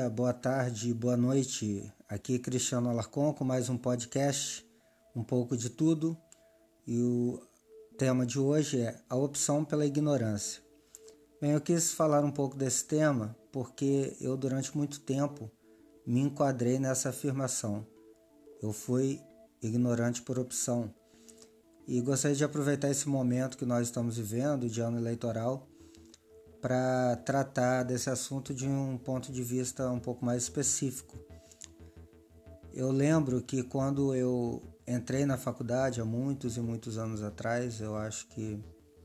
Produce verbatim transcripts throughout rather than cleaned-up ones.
dia, boa tarde, boa noite. Aqui é Cristiano Alarcon com mais um podcast, um pouco de tudo. E o tema de hoje é a opção pela ignorância. Bem, eu quis falar um pouco desse tema porque eu durante muito tempo me enquadrei nessa afirmação. Eu fui ignorante por opção. E gostaria de aproveitar esse momento que nós estamos vivendo, de ano eleitoral, para tratar desse assunto de um ponto de vista um pouco mais específico. Eu lembro que quando eu entrei na faculdade, há muitos e muitos anos atrás, eu acho que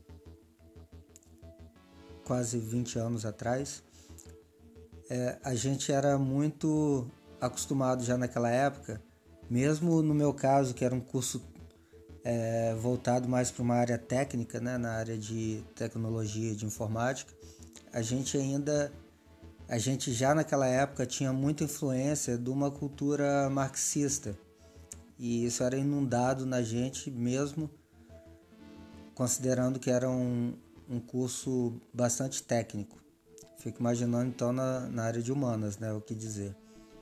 quase vinte anos atrás, é, a gente era muito acostumado já naquela época, mesmo no meu caso, que era um curso é, voltado mais para uma área técnica, né, na área de tecnologia, de informática, a gente ainda, a gente já naquela época tinha muita influência de uma cultura marxista, e isso era inundado na gente mesmo, considerando que era um, um curso bastante técnico. Fico imaginando então na, na área de humanas, né, o que dizer.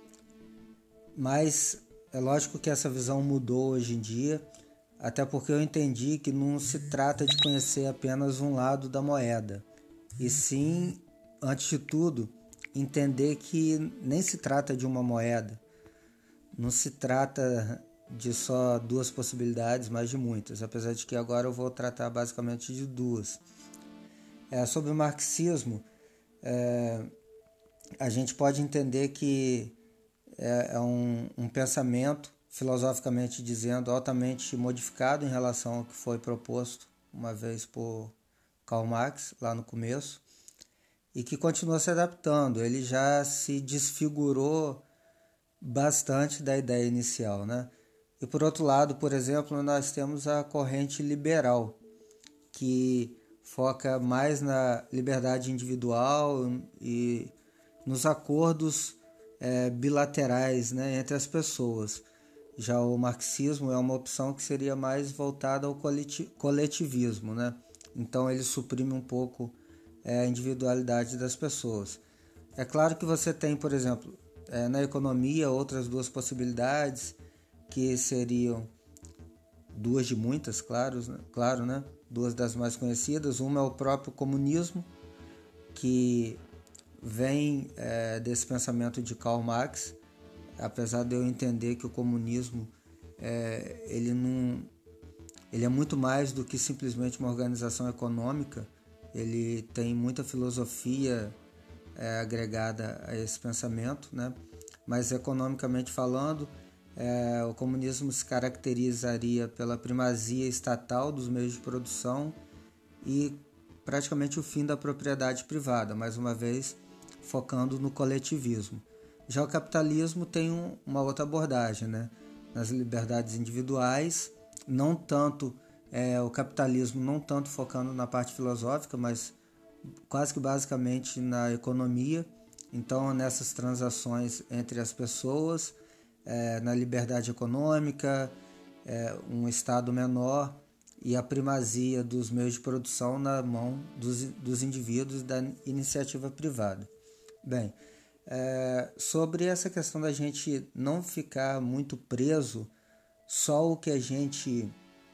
Mas é lógico que essa visão mudou hoje em dia, até porque eu entendi que não se trata de conhecer apenas um lado da moeda, e sim, antes de tudo, entender que nem se trata de uma moeda, não se trata de só duas possibilidades, mas de muitas, apesar de que agora eu vou tratar basicamente de duas. É, sobre o marxismo, é, a gente pode entender que é, é um, um pensamento, filosoficamente dizendo, altamente modificado em relação ao que foi proposto uma vez por Karl Marx, lá no começo, e que continua se adaptando. Ele já se desfigurou bastante da ideia inicial, né? E por outro lado, por exemplo, nós temos a corrente liberal, que foca mais na liberdade individual e nos acordos é, bilaterais, né, entre as pessoas. Já o marxismo é uma opção que seria mais voltada ao coletivismo, né? Então ele suprime um pouco é, a individualidade das pessoas. É claro que você tem, por exemplo, é, na economia outras duas possibilidades, que seriam duas de muitas, claro, né? claro, né? Duas das mais conhecidas. Uma é o próprio comunismo, que vem é, desse pensamento de Karl Marx, apesar de eu entender que o comunismo é, ele não Ele é muito mais do que simplesmente uma organização econômica, ele tem muita filosofia é, agregada a esse pensamento, né? Mas economicamente falando, é, o comunismo se caracterizaria pela primazia estatal dos meios de produção e praticamente o fim da propriedade privada, mais uma vez focando no coletivismo. Já o capitalismo tem um, uma outra abordagem, né? Nas liberdades individuais, não tanto é, o capitalismo não tanto focando na parte filosófica, mas quase que basicamente na economia. Então, nessas transações entre as pessoas, é, na liberdade econômica, é, um estado menor e a primazia dos meios de produção na mão dos, dos indivíduos da iniciativa privada. Bem, é, sobre essa questão da gente não ficar muito preso só o que a gente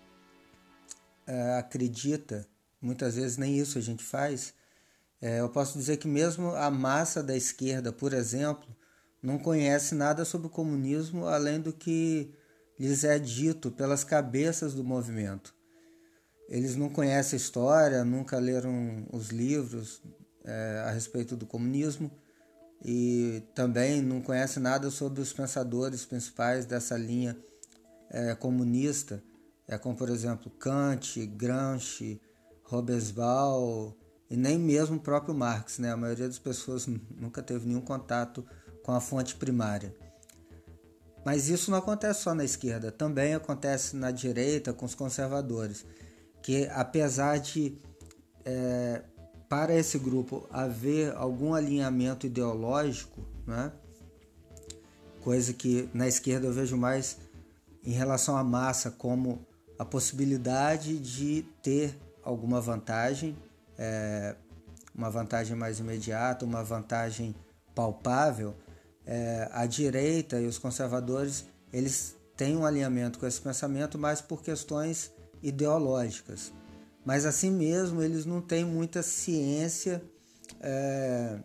é, acredita, muitas vezes nem isso a gente faz, é, eu posso dizer que mesmo a massa da esquerda, por exemplo, não conhece nada sobre o comunismo além do que lhes é dito pelas cabeças do movimento. Eles não conhecem a história, nunca leram os livros é, a respeito do comunismo e também não conhecem nada sobre os pensadores principais dessa linha É, comunista, é, como por exemplo Kant, Gramsci, Hobsbawm e nem mesmo o próprio Marx, né? A maioria das pessoas nunca teve nenhum contato com a fonte primária. Mas isso não acontece só na esquerda, também acontece na direita com os conservadores, que apesar de é, para esse grupo haver algum alinhamento ideológico, né? Coisa que na esquerda eu vejo mais em relação à massa, como a possibilidade de ter alguma vantagem, é, uma vantagem mais imediata, uma vantagem palpável, é, a direita e os conservadores, eles têm um alinhamento com esse pensamento, mas por questões ideológicas. Mas assim mesmo, eles não têm muita ciência é,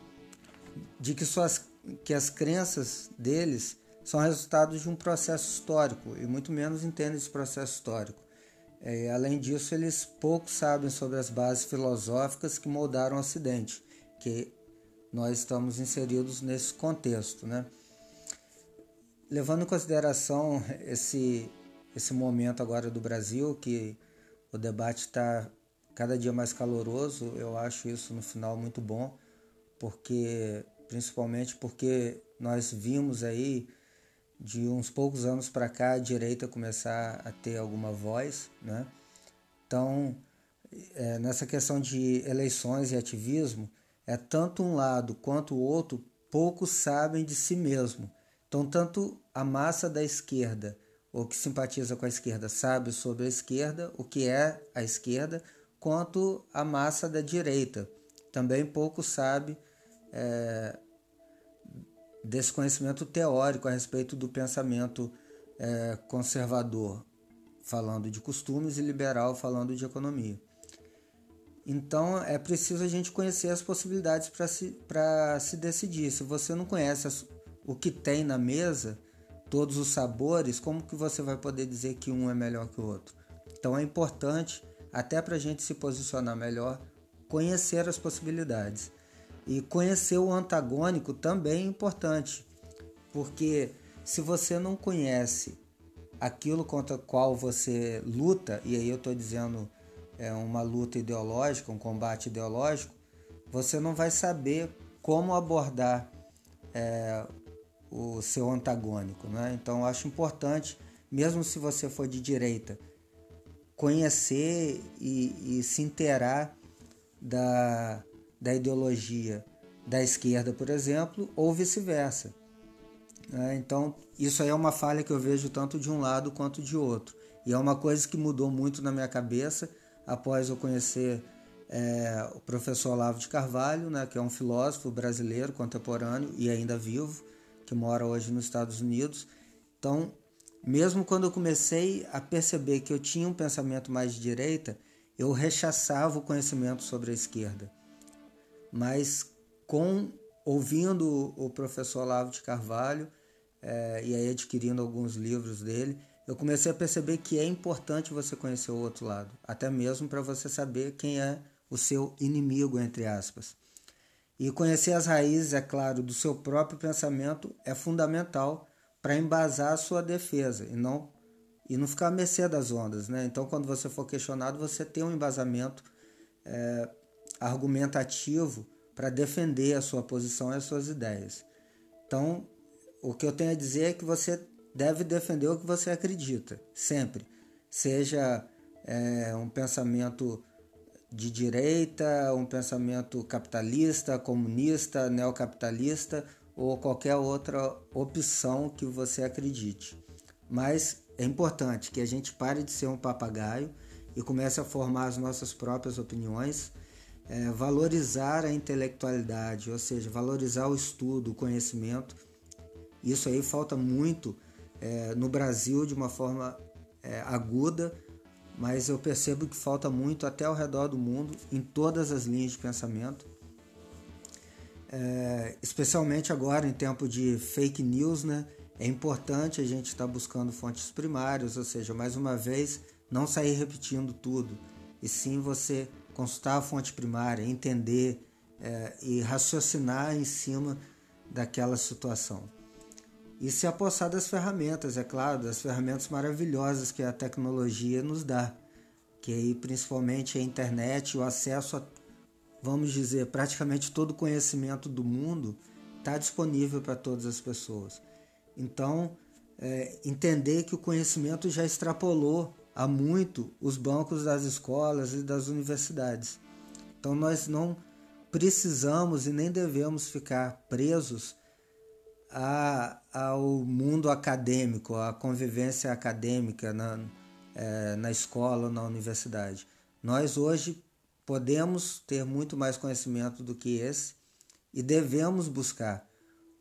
de que, suas, que as crenças deles são resultados de um processo histórico, e muito menos entendem esse processo histórico. É, além disso, eles pouco sabem sobre as bases filosóficas que moldaram o Ocidente, que nós estamos inseridos nesse contexto, né? Levando em consideração esse, esse momento agora do Brasil, que o debate está cada dia mais caloroso, eu acho isso no final muito bom, porque principalmente porque nós vimos aí de uns poucos anos para cá a direita começar a ter alguma voz, né? Então, é, nessa questão de eleições e ativismo, é tanto um lado quanto o outro poucos sabem de si mesmo. Então, tanto a massa da esquerda, ou que simpatiza com a esquerda, sabe sobre a esquerda, o que é a esquerda, quanto a massa da direita. Também pouco sabe é, desse conhecimento teórico a respeito do pensamento é, conservador, falando de costumes, e liberal, falando de economia. Então é preciso a gente conhecer as possibilidades para se, para se decidir. Se você não conhece as, o que tem na mesa, todos os sabores, como que você vai poder dizer que um é melhor que o outro? Então é importante, até para a gente se posicionar melhor, conhecer as possibilidades. E conhecer o antagônico também é importante, porque se você não conhece aquilo contra o qual você luta, e aí eu estou dizendo é uma luta ideológica, um combate ideológico, você não vai saber como abordar é, o seu antagônico, né? Então eu acho importante, mesmo se você for de direita, conhecer e, e se inteirar da, da ideologia da esquerda, por exemplo, ou vice-versa. Né? Então isso aí é uma falha que eu vejo tanto de um lado quanto de outro. E é uma coisa que mudou muito na minha cabeça após eu conhecer é, o professor Olavo de Carvalho, né, que é um filósofo brasileiro contemporâneo e ainda vivo, que mora hoje nos Estados Unidos. Então, mesmo quando eu comecei a perceber que eu tinha um pensamento mais de direita, eu rechaçava o conhecimento sobre a esquerda. Mas com ouvindo o professor Olavo de Carvalho é, e aí adquirindo alguns livros dele, eu comecei a perceber que é importante você conhecer o outro lado, até mesmo para você saber quem é o seu inimigo, entre aspas. E conhecer as raízes, é claro, do seu próprio pensamento é fundamental para embasar a sua defesa e não, e não ficar à mercê das ondas, né? Então, quando você for questionado, você tem um embasamento é, argumentativo para defender a sua posição e as suas ideias. Então, o que eu tenho a dizer é que você deve defender o que você acredita, sempre. Seja é, um pensamento de direita, um pensamento capitalista, comunista, neocapitalista ou qualquer outra opção que você acredite. Mas é importante que a gente pare de ser um papagaio e comece a formar as nossas próprias opiniões, é, valorizar a intelectualidade, ou seja, valorizar o estudo, o conhecimento. Isso aí falta muito é, no Brasil de uma forma é, aguda, mas eu percebo que falta muito até ao redor do mundo, em todas as linhas de pensamento. É, especialmente agora em tempo de fake news, né? É importante a gente estar buscando fontes primárias, ou seja, mais uma vez, não sair repetindo tudo, e sim você consultar a fonte primária, entender é, e raciocinar em cima daquela situação. E se apossar das ferramentas, é claro, das ferramentas maravilhosas que a tecnologia nos dá, que aí principalmente a internet, o acesso a, vamos dizer, praticamente todo o conhecimento do mundo está disponível para todas as pessoas. Então, é, entender que o conhecimento já extrapolou há muito os bancos das escolas e das universidades. Então nós não precisamos e nem devemos ficar presos A, ao mundo acadêmico, à convivência acadêmica na, é, na escola ou na universidade. Nós hoje podemos ter muito mais conhecimento do que esse e devemos buscar,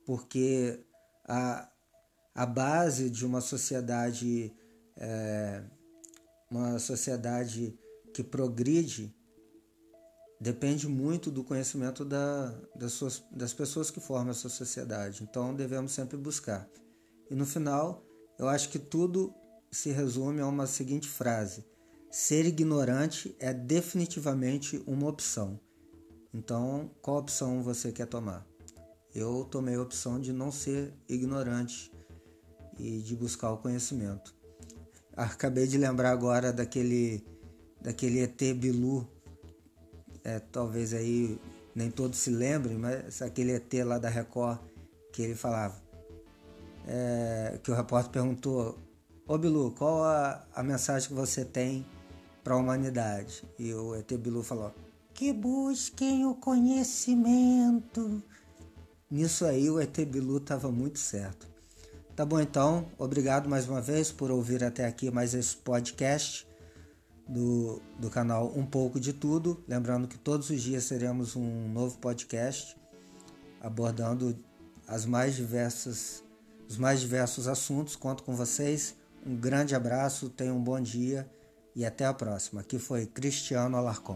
porque a, a base de uma sociedade, é, uma sociedade que progride depende muito do conhecimento da, das, suas, das pessoas que formam essa sociedade. Então devemos sempre buscar. E no final, eu acho que tudo se resume a uma seguinte frase: ser ignorante é definitivamente uma opção. Então, qual opção você quer tomar? Eu tomei a opção de não ser ignorante e de buscar o conhecimento. Acabei de lembrar agora daquele, daquele E T Bilu. É, talvez aí nem todos se lembrem, mas aquele E T lá da Record que ele falava, é, que o repórter perguntou: ô Bilu, qual a, a mensagem que você tem para a humanidade? E o E T Bilu falou: que busquem o conhecimento. Nisso aí o E T Bilu estava muito certo. Tá bom então, obrigado mais uma vez por ouvir até aqui mais esse podcast do, do canal Um Pouco de Tudo. Lembrando que todos os dias teremos um novo podcast abordando as mais diversas, os mais diversos assuntos. Conto com vocês. Um grande abraço, tenham um bom dia e até a próxima. Aqui foi Cristiano Alarcon.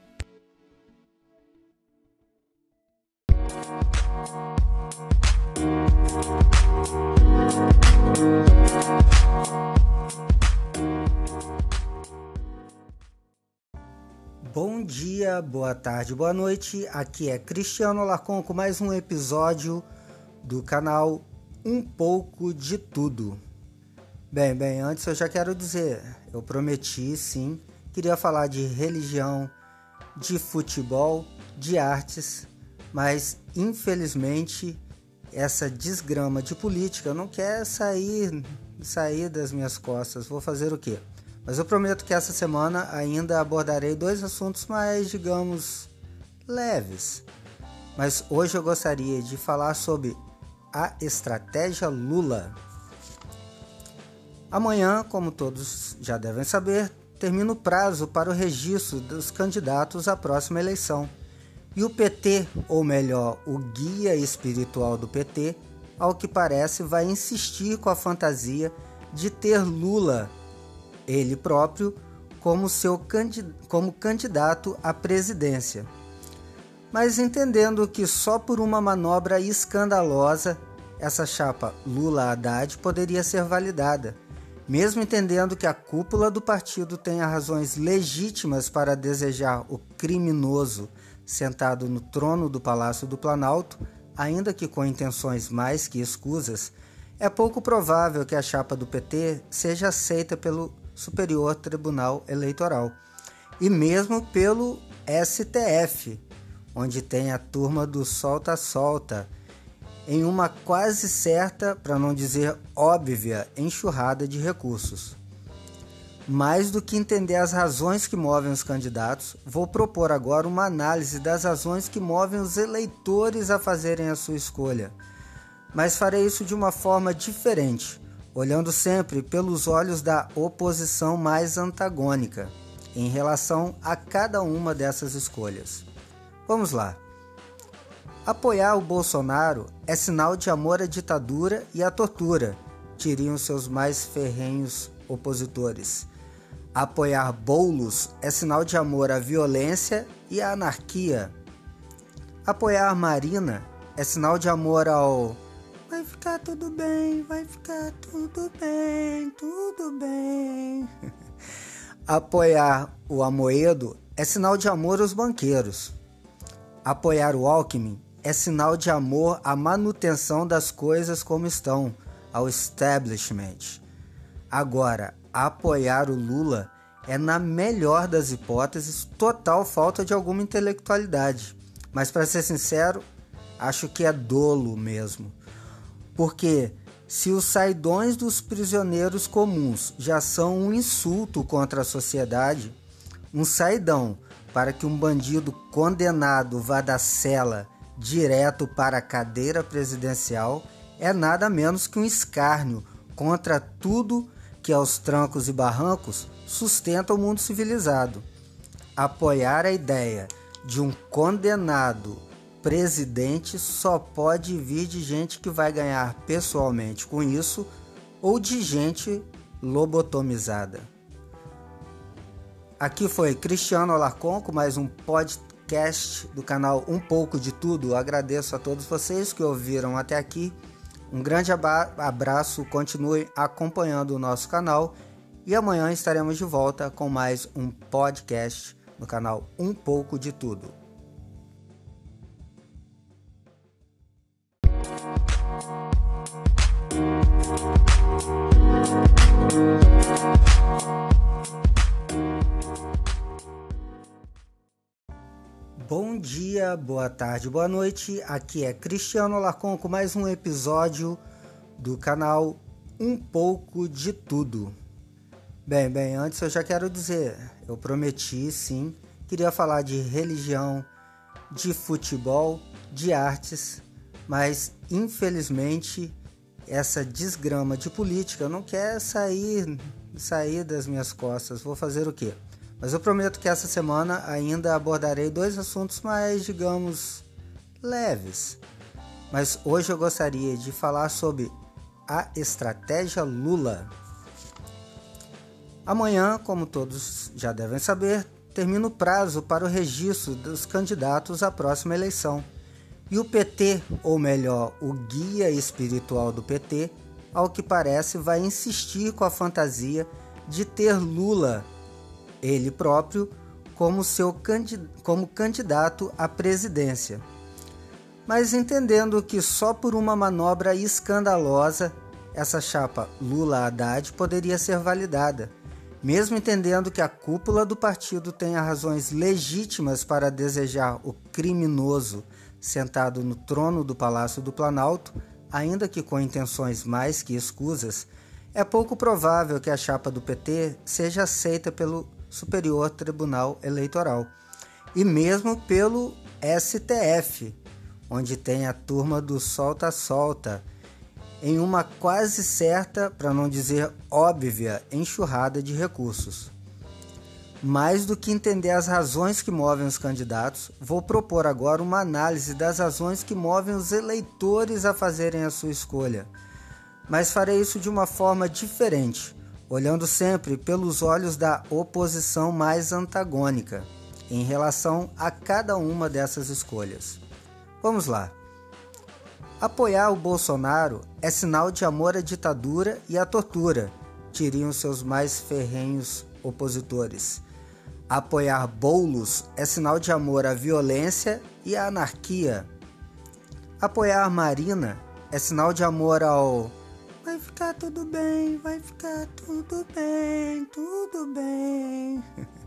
Bom dia, boa tarde, boa noite. Aqui é Cristiano Alarcon com mais um episódio do canal Um Pouco de Tudo. Bem, bem, antes eu já quero dizer, eu prometi, sim, queria falar de religião, de futebol, de artes, mas infelizmente essa desgrama de política não quer sair, sair das minhas costas. Vou fazer o quê? Mas eu prometo que essa semana ainda abordarei dois assuntos mais, digamos, leves. Mas hoje eu gostaria de falar sobre a estratégia Lula. Amanhã, como todos já devem saber, termina o prazo para o registro dos candidatos à próxima eleição. E o P T, ou melhor, o guia espiritual do P T, ao que parece, vai insistir com a fantasia de ter Lula, ele próprio, como seu como candidato à presidência. Mas entendendo que só por uma manobra escandalosa essa chapa Lula-Haddad poderia ser validada, mesmo entendendo que a cúpula do partido tenha razões legítimas para desejar o criminoso sentado no trono do Palácio do Planalto, ainda que com intenções mais que escusas, é pouco provável que a chapa do P T seja aceita pelo Superior Tribunal Eleitoral e mesmo pelo S T F, onde tem a turma do solta-solta, em uma quase certa, para não dizer óbvia, enxurrada de recursos. Mais do que entender as razões que movem os candidatos, vou propor agora uma análise das razões que movem os eleitores a fazerem a sua escolha. Mas farei isso de uma forma diferente, olhando sempre pelos olhos da oposição mais antagônica, em relação a cada uma dessas escolhas. Vamos lá. Apoiar o Bolsonaro é sinal de amor à ditadura e à tortura, diriam seus mais ferrenhos opositores. Apoiar Boulos é sinal de amor à violência e à anarquia. Apoiar Marina é sinal de amor ao vai ficar tudo bem, vai ficar tudo bem, tudo bem. Apoiar o Amoedo é sinal de amor aos banqueiros. Apoiar o Alckmin é sinal de amor à manutenção das coisas como estão, ao establishment. Agora, apoiar o Lula é, na melhor das hipóteses, total falta de alguma intelectualidade. Mas, para ser sincero, acho que é dolo mesmo. Porque se os saidões dos prisioneiros comuns já são um insulto contra a sociedade, um saidão para que um bandido condenado vá da cela direto para a cadeira presidencial é nada menos que um escárnio contra tudo que aos trancos e barrancos sustenta o mundo civilizado. Apoiar a ideia de um condenado presidente só pode vir de gente que vai ganhar pessoalmente com isso ou de gente lobotomizada. Aqui foi Cristiano Alarcon com mais um podcast do canal Um Pouco de Tudo. Agradeço a todos vocês que ouviram até aqui. Um grande abraço, continue acompanhando o nosso canal e amanhã estaremos de volta com mais um podcast no canal Um Pouco de Tudo. Bom dia, boa tarde, boa noite. Aqui é Cristiano Alarcon com mais um episódio do canal Um Pouco de Tudo. Bem, bem, antes eu já quero dizer, eu prometi sim, queria falar de religião, de futebol, de artes, mas infelizmente essa desgrama de política não quer sair, sair das minhas costas. Vou fazer o quê? Mas eu prometo que essa semana ainda abordarei dois assuntos mais, digamos, leves. Mas hoje eu gostaria de falar sobre a estratégia Lula. Amanhã, como todos já devem saber, termina o prazo para o registro dos candidatos à próxima eleição. E o P T, ou melhor, o guia espiritual do P T, ao que parece, vai insistir com a fantasia de ter Lula, ele próprio, como, seu, como candidato à presidência. Mas entendendo que só por uma manobra escandalosa essa chapa Lula-Haddad poderia ser validada, mesmo entendendo que a cúpula do partido tenha razões legítimas para desejar o criminoso sentado no trono do Palácio do Planalto, ainda que com intenções mais que escusas, é pouco provável que a chapa do P T seja aceita pelo Superior Tribunal Eleitoral e mesmo pelo S T F, onde tem a turma do solta-solta, em uma quase certa, para não dizer óbvia, enxurrada de recursos. Mais do que entender as razões que movem os candidatos, vou propor agora uma análise das razões que movem os eleitores a fazerem a sua escolha. Mas farei isso de uma forma diferente, olhando sempre pelos olhos da oposição mais antagônica em relação a cada uma dessas escolhas. Vamos lá. Apoiar o Bolsonaro é sinal de amor à ditadura e à tortura, diriam seus mais ferrenhos opositores. Apoiar Boulos é sinal de amor à violência e à anarquia. Apoiar Marina é sinal de amor ao vai ficar tudo bem, vai ficar tudo bem, tudo bem.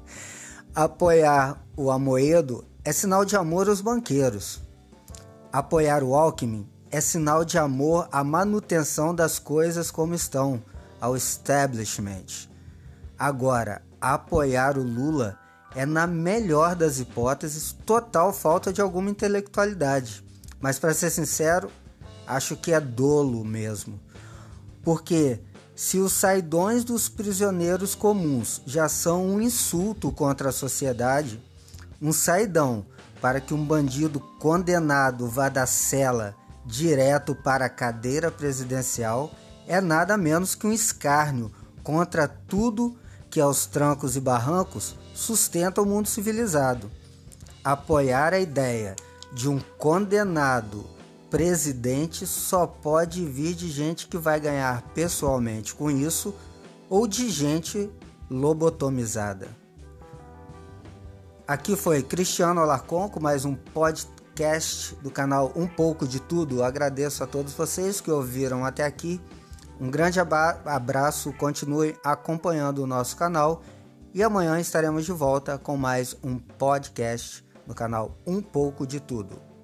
Apoiar o Amoedo é sinal de amor aos banqueiros. Apoiar o Alckmin é sinal de amor à manutenção das coisas como estão, ao establishment. Agora, apoiar o Lula é, na melhor das hipóteses, total falta de alguma intelectualidade. Mas, para ser sincero, acho que é dolo mesmo. Porque se os saidões dos prisioneiros comuns já são um insulto contra a sociedade, um saidão para que um bandido condenado vá da cela direto para a cadeira presidencial é nada menos que um escárnio contra tudo que aos trancos e barrancos sustenta o mundo civilizado. Apoiar a ideia de um condenado presidente só pode vir de gente que vai ganhar pessoalmente com isso ou de gente lobotomizada. Aqui foi Cristiano Alarcon com mais um podcast do canal Um Pouco de Tudo. Agradeço a todos vocês que ouviram até aqui. Um grande abraço, continue acompanhando o nosso canal e amanhã estaremos de volta com mais um podcast no canal Um Pouco de Tudo.